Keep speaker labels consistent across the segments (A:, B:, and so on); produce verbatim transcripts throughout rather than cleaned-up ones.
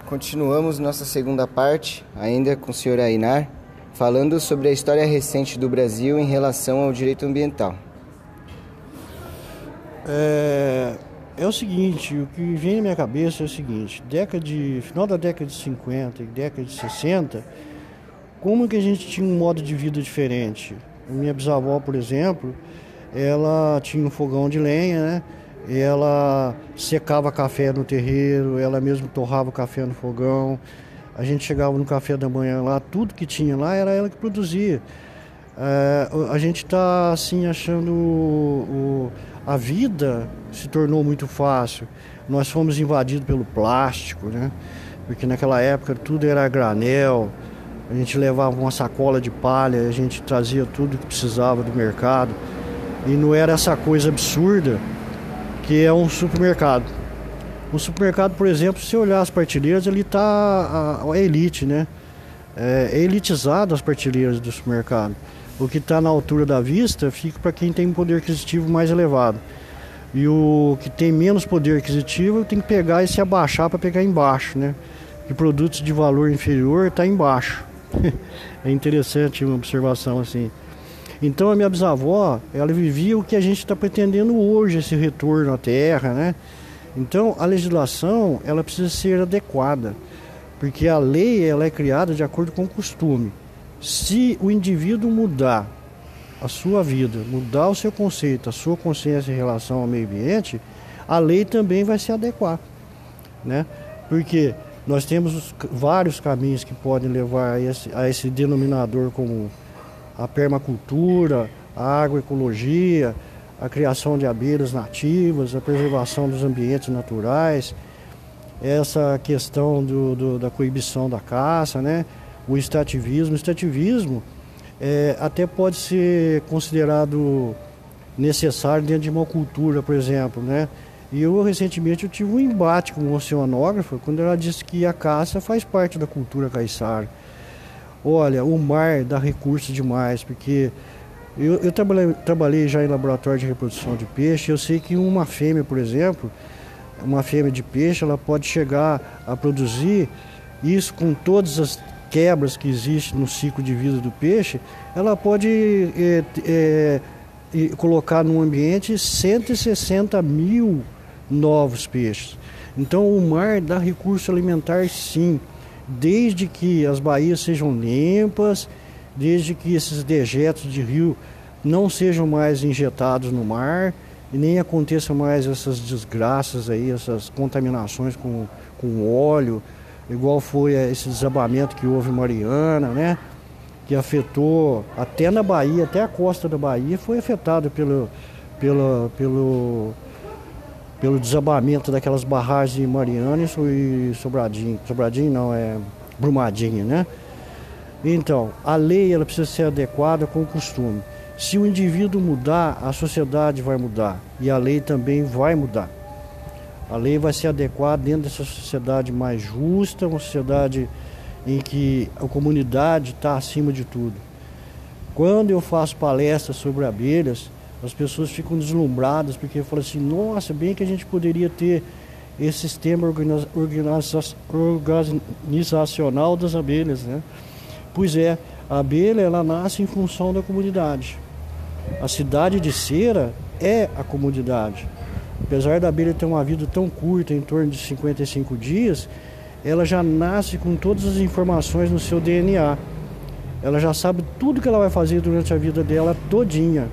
A: Continuamos nossa segunda parte, ainda com o senhor Ainar, falando sobre a história recente do Brasil em relação ao direito ambiental.
B: É, é o seguinte, o que vem na minha cabeça é o seguinte, década de, final da década de cinquenta e década de sessenta, como que a gente tinha um modo de vida diferente? A minha bisavó, por exemplo, ela tinha um fogão de lenha, né? Ela secava café no terreiro, ela mesma torrava o café no fogão. A gente chegava no café da manhã lá, tudo que tinha lá era ela que produzia. É, a gente está assim achando o, o, a vida se tornou muito fácil. Nós fomos invadidos pelo plástico, né? Porque naquela época tudo era granel. A gente levava uma sacola de palha, a gente trazia tudo que precisava do mercado. E não era essa coisa absurda que é um supermercado. Um supermercado, por exemplo, se você olhar as prateleiras, ali está a, a elite, né? É, é elitizado as prateleiras do supermercado. O que está na altura da vista fica para quem tem um poder aquisitivo mais elevado. E o que tem menos poder aquisitivo tem que pegar e se abaixar para pegar embaixo, né? E produtos de valor inferior está embaixo. É interessante uma observação assim. Então a minha bisavó, ela vivia o que a gente está pretendendo hoje, esse retorno à terra, né? Então a legislação, ela precisa ser adequada, porque a lei, ela é criada de acordo com o costume. Se o indivíduo mudar a sua vida, mudar o seu conceito, a sua consciência em relação ao meio ambiente, a lei também vai se adequar, né? Porque nós temos vários caminhos que podem levar a esse, a esse denominador como a permacultura, a agroecologia, a criação de abelhas nativas, a preservação dos ambientes naturais, essa questão do, do, da coibição da caça, né? O extrativismo. O extrativismo é, até pode ser considerado necessário dentro de uma cultura, por exemplo, né? E eu recentemente eu tive um embate com uma oceanógrafa quando ela disse que a caça faz parte da cultura caiçara. Olha, o mar dá recursos demais, porque eu, eu trabalhei, trabalhei já em laboratório de reprodução de peixe. Eu sei que uma fêmea, por exemplo, uma fêmea de peixe, ela pode chegar a produzir isso com todas as quebras que existem no ciclo de vida do peixe, ela pode é, é, colocar no ambiente cento e sessenta mil novos peixes. Então o mar dá recurso alimentar sim, desde que as baías sejam limpas, desde que esses dejetos de rio não sejam mais injetados no mar e nem aconteçam mais essas desgraças aí, essas contaminações com, com óleo, igual foi esse desabamento que houve em Mariana, né? Que afetou até na Bahia, até a costa da Bahia foi afetada pelo, pelo, pelo, pelo desabamento daquelas barragens em Mariana e Sobradinho. Sobradinho não, é Brumadinho, né? Então, a lei ela precisa ser adequada com o costume. Se o indivíduo mudar, a sociedade vai mudar e a lei também vai mudar. A lei vai se adequar dentro dessa sociedade mais justa, uma sociedade em que a comunidade está acima de tudo. Quando eu faço palestras sobre abelhas, as pessoas ficam deslumbradas porque falam assim, nossa, bem que a gente poderia ter esse sistema organiza- organiza- organizacional das abelhas, né? Pois é, a abelha ela nasce em função da comunidade. A cidade de cera é a comunidade. Apesar da abelha ter uma vida tão curta, em torno de cinquenta e cinco dias, ela já nasce com todas as informações no seu D N A. Ela já sabe tudo que ela vai fazer durante a vida dela todinha.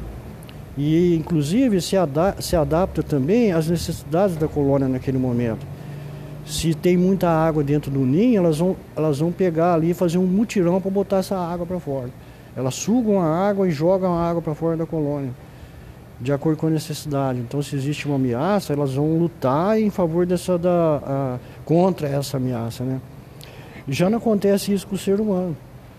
B: E, inclusive, se, ada- se adapta também às necessidades da colônia naquele momento. Se tem muita água dentro do ninho, elas vão, elas vão pegar ali e fazer um mutirão para botar essa água para fora. Elas sugam a água e jogam a água para fora da colônia, de acordo com a necessidade. Então, se existe uma ameaça, elas vão lutar em favor dessa da, a, contra essa ameaça, né? Já não acontece isso com o ser humano.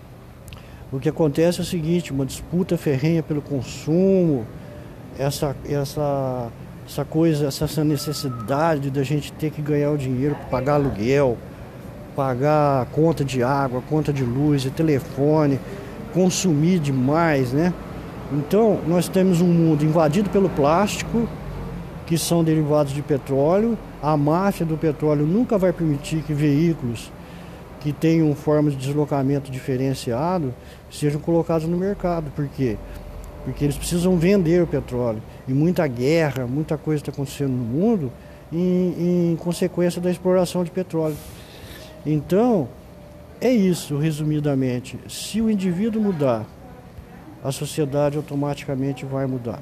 B: O que acontece é o seguinte, uma disputa ferrenha pelo consumo, essa, essa, essa coisa, essa necessidade da gente ter que ganhar o dinheiro para pagar aluguel, pagar conta de água, conta de luz, de telefone, consumir demais, né? Então, nós temos um mundo invadido pelo plástico, que são derivados de petróleo. A máfia do petróleo nunca vai permitir que veículos que tenham formas de deslocamento diferenciado sejam colocados no mercado. Por quê? Porque eles precisam vender o petróleo. E muita guerra, muita coisa está acontecendo no mundo em, em consequência da exploração de petróleo. Então, é isso, resumidamente. Se o indivíduo mudar, a sociedade automaticamente vai mudar.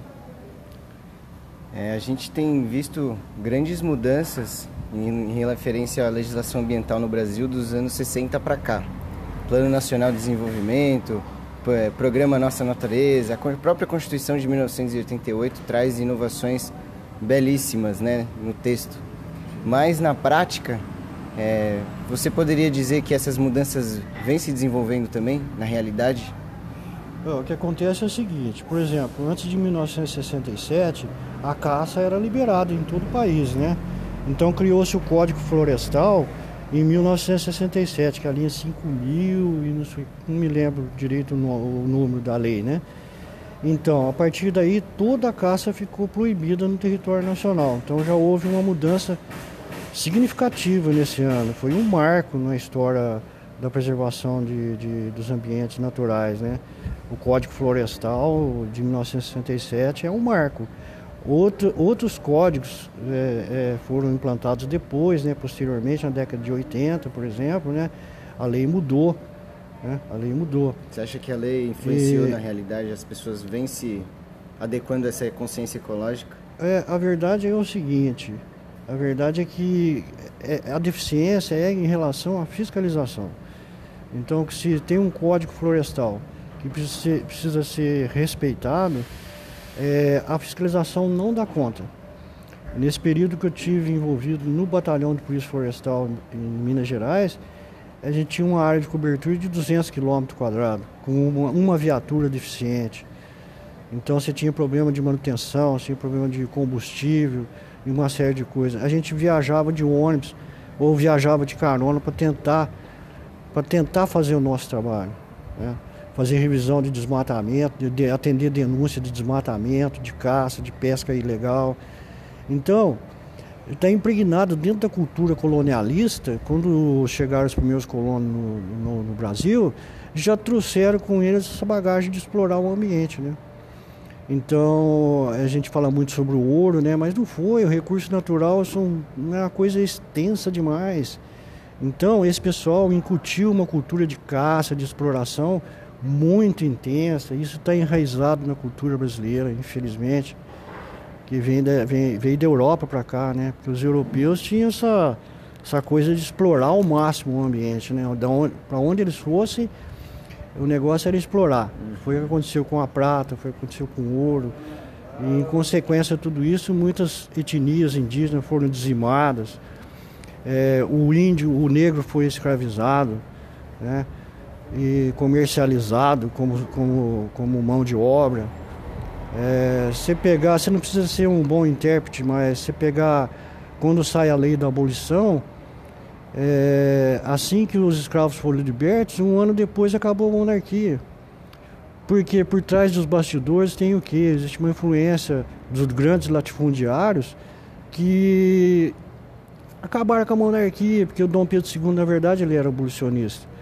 A: É, a gente tem visto grandes mudanças em, em referência à legislação ambiental no Brasil dos anos sessenta para cá. Plano Nacional de Desenvolvimento, Programa Nossa Natureza, a própria Constituição de mil novecentos e oitenta e oito traz inovações belíssimas, né, no texto. Mas na prática, é, você poderia dizer que essas mudanças vêm se desenvolvendo também, na realidade?
B: O que acontece é o seguinte, por exemplo, antes de mil novecentos e sessenta e sete, a caça era liberada em todo o país, né? Então criou-se o Código Florestal em mil novecentos e sessenta e sete, que é a linha cinco mil, e não, sei, não me lembro direito o número da lei, né? Então, a partir daí, toda a caça ficou proibida no território nacional. Então já houve uma mudança significativa nesse ano. Foi um marco na história da preservação de, de, dos ambientes naturais, né? O Código Florestal de mil novecentos e sessenta e sete é um marco. Outro, outros códigos é, é, foram implantados depois, né? Posteriormente, na década de oitenta, por exemplo, né? A lei mudou, né? A lei mudou.
A: Você acha que a lei influenciou
B: e...
A: na realidade? As pessoas vêm se adequando a essa consciência ecológica?
B: É, a verdade é o seguinte, a verdade é que a deficiência é em relação à fiscalização. Então, que se tem um Código Florestal que precisa ser, precisa ser respeitado, é, a fiscalização não dá conta. Nesse período que eu tive envolvido no Batalhão de Polícia Florestal em Minas Gerais, a gente tinha uma área de cobertura de duzentos quilômetros quadrados, com uma, uma viatura deficiente. Então você tinha problema de manutenção, tinha problema de combustível e uma série de coisas. A gente viajava de ônibus ou viajava de carona para tentar, para tentar fazer o nosso trabalho, né? Fazer revisão de desmatamento, de, de atender denúncia de desmatamento, de caça, de pesca ilegal. Então, está impregnado dentro da cultura colonialista. Quando chegaram os primeiros colonos no, no, no Brasil, já trouxeram com eles essa bagagem de explorar o ambiente, né? Então, a gente fala muito sobre o ouro, né? Mas não foi, o recurso natural são, é uma coisa extensa demais. Então, esse pessoal incutiu uma cultura de caça, de exploração muito intensa. Isso está enraizado na cultura brasileira, infelizmente, que vem da, vem, veio da Europa para cá, né? Porque os europeus tinham essa, essa coisa de explorar ao máximo o ambiente, né? Para onde eles fossem, o negócio era explorar. Foi o que aconteceu com a prata, foi o que aconteceu com o ouro. E, em consequência de tudo isso, muitas etnias indígenas foram dizimadas. É, o índio, o negro foi escravizado, né? E comercializado como, como, como mão de obra. É, você pegar, você não precisa ser um bom intérprete, mas você pegar, quando sai a lei da abolição, é, assim que os escravos foram libertos, um ano depois acabou a monarquia. Porque por trás dos bastidores tem o quê? Existe uma influência dos grandes latifundiários que acabaram com a monarquia, porque o Dom Pedro segundo, na verdade, ele era abolicionista.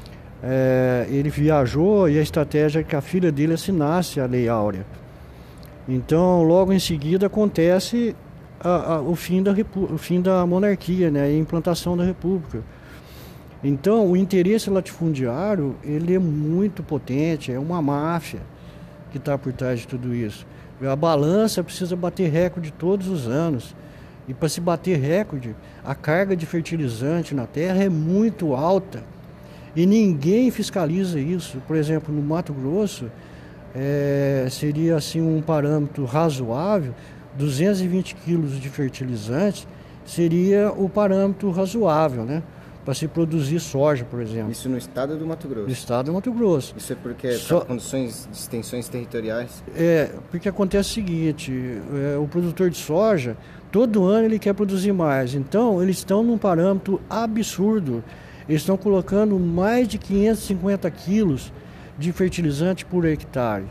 B: É, ele viajou e a estratégia é que a filha dele assinasse a Lei Áurea. Então, logo em seguida acontece a, a, o, fim da o fim da monarquia, né, a implantação da república. Então, o interesse latifundiário, ele é muito potente, é uma máfia que está por trás de tudo isso. A balança precisa bater recorde todos os anos. E para se bater recorde, a carga de fertilizante na terra é muito alta. E ninguém fiscaliza isso. Por exemplo, no Mato Grosso, é, seria assim um parâmetro razoável, duzentos e vinte quilos de fertilizante seria o parâmetro razoável, né? Para se produzir soja, por exemplo.
A: Isso no estado do Mato Grosso?
B: No estado do Mato Grosso.
A: Isso é porque
B: Só...
A: por condições de extensões territoriais?
B: É, porque acontece o seguinte, é, o produtor de soja, todo ano ele quer produzir mais. Então, eles estão num parâmetro absurdo. Eles estão colocando mais de quinhentos e cinquenta quilos de fertilizante por hectare.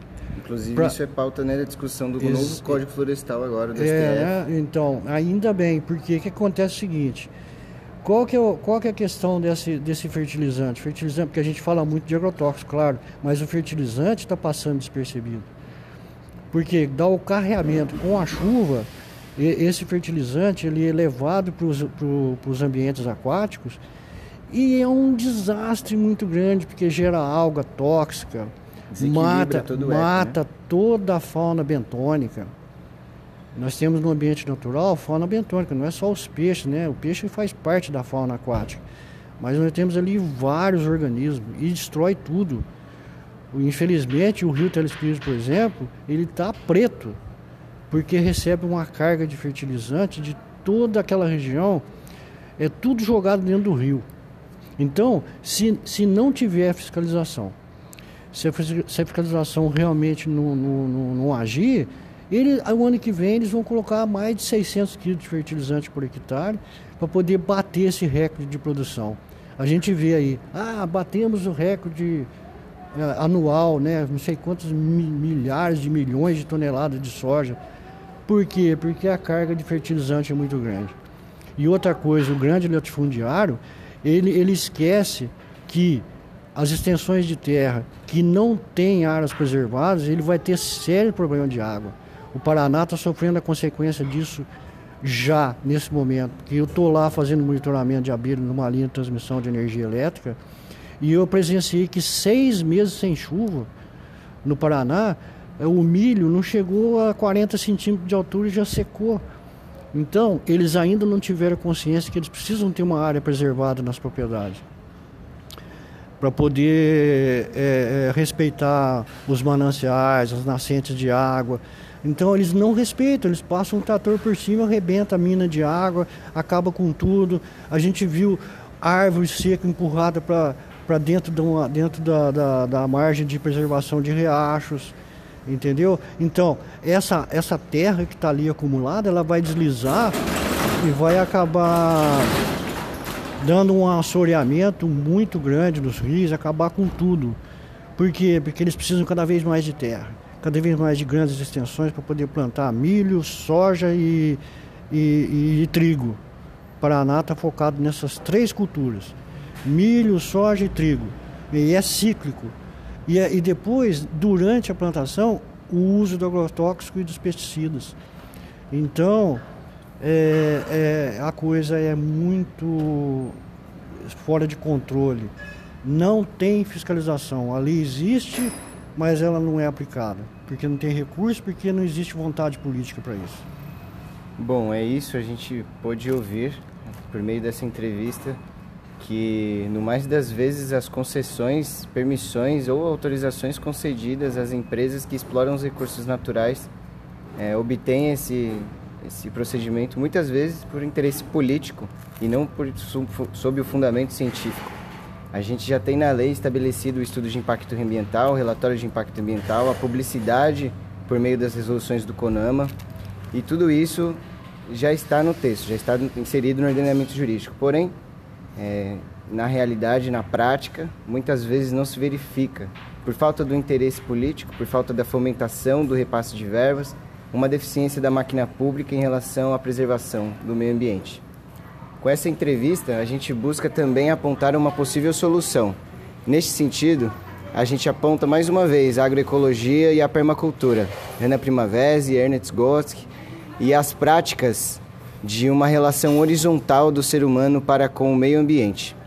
A: Inclusive
B: pra...
A: isso é pauta, né, da discussão do
B: Ex...
A: novo Código Florestal agora, do
B: é,
A: S T F.
B: Então, ainda bem, porque o que acontece é o seguinte, qual que é, o, qual que é a questão desse, desse fertilizante? Fertilizante, porque a gente fala muito de agrotóxico, claro, mas o fertilizante está passando despercebido. Porque dá o carreamento com a chuva, e, esse fertilizante ele é levado para os ambientes aquáticos e é um desastre muito grande, porque gera alga tóxica, mata, todo mata eco, né? Toda a fauna bentônica. Nós temos no ambiente natural fauna bentônica, não é só os peixes, né? O peixe faz parte da fauna aquática, mas nós temos ali vários organismos e destrói tudo. Infelizmente, o rio Telespires, por exemplo, ele está preto, porque recebe uma carga de fertilizante de toda aquela região, é tudo jogado dentro do rio. Então, se, se não tiver fiscalização, se a, se a fiscalização realmente não, não, não, não agir, ele, o ano que vem eles vão colocar mais de seiscentos quilos de fertilizante por hectare para poder bater esse recorde de produção. A gente vê aí, ah, batemos o recorde é, anual, né, não sei quantos milhares de milhões de toneladas de soja. Por quê? Porque a carga de fertilizante é muito grande. E outra coisa, o grande latifundiário, ele, ele esquece que as extensões de terra que não têm áreas preservadas, ele vai ter sério problema de água. O Paraná está sofrendo a consequência disso já, nesse momento. Porque eu estou lá fazendo monitoramento de abelha numa linha de transmissão de energia elétrica e eu presenciei que seis meses sem chuva no Paraná, o milho não chegou a quarenta centímetros de altura e já secou. Então, eles ainda não tiveram consciência que eles precisam ter uma área preservada nas propriedades para poder é, é, respeitar os mananciais, as nascentes de água. Então, eles não respeitam, eles passam um trator por cima, arrebenta a mina de água, acaba com tudo. A gente viu árvore seca empurrada para dentro, de uma, dentro da, da, da margem de preservação de riachos. Entendeu? Então, essa, essa terra que está ali acumulada, ela vai deslizar e vai acabar dando um assoreamento muito grande nos rios, acabar com tudo. Por quê? Porque eles precisam cada vez mais de terra, cada vez mais de grandes extensões para poder plantar milho, soja e, e, e, e trigo. O Paraná está focado nessas três culturas, milho, soja e trigo, e é cíclico. E, e depois, durante a plantação, o uso do agrotóxico e dos pesticidas. Então, é, é, a coisa é muito fora de controle. Não tem fiscalização. A lei existe, mas ela não é aplicada. Porque não tem recurso, porque não existe vontade política para isso.
A: Bom, é isso. A gente pôde ouvir, por meio dessa entrevista, que no mais das vezes as concessões, permissões ou autorizações concedidas às empresas que exploram os recursos naturais é, obtêm esse, esse procedimento muitas vezes por interesse político e não por, sob o fundamento científico. A gente já tem na lei estabelecido o estudo de impacto ambiental, o relatório de impacto ambiental, a publicidade por meio das resoluções do CONAMA, e tudo isso já está no texto, já está inserido no ordenamento jurídico. Porém, É, na realidade, na prática, muitas vezes não se verifica, por falta do interesse político, por falta da fomentação do repasse de verbas, uma deficiência da máquina pública em relação à preservação do meio ambiente. Com essa entrevista, a gente busca também apontar uma possível solução. Neste sentido, a gente aponta mais uma vez a agroecologia e a permacultura, Ana Primavera e Ernest Gosk, e as práticas de uma relação horizontal do ser humano para com o meio ambiente.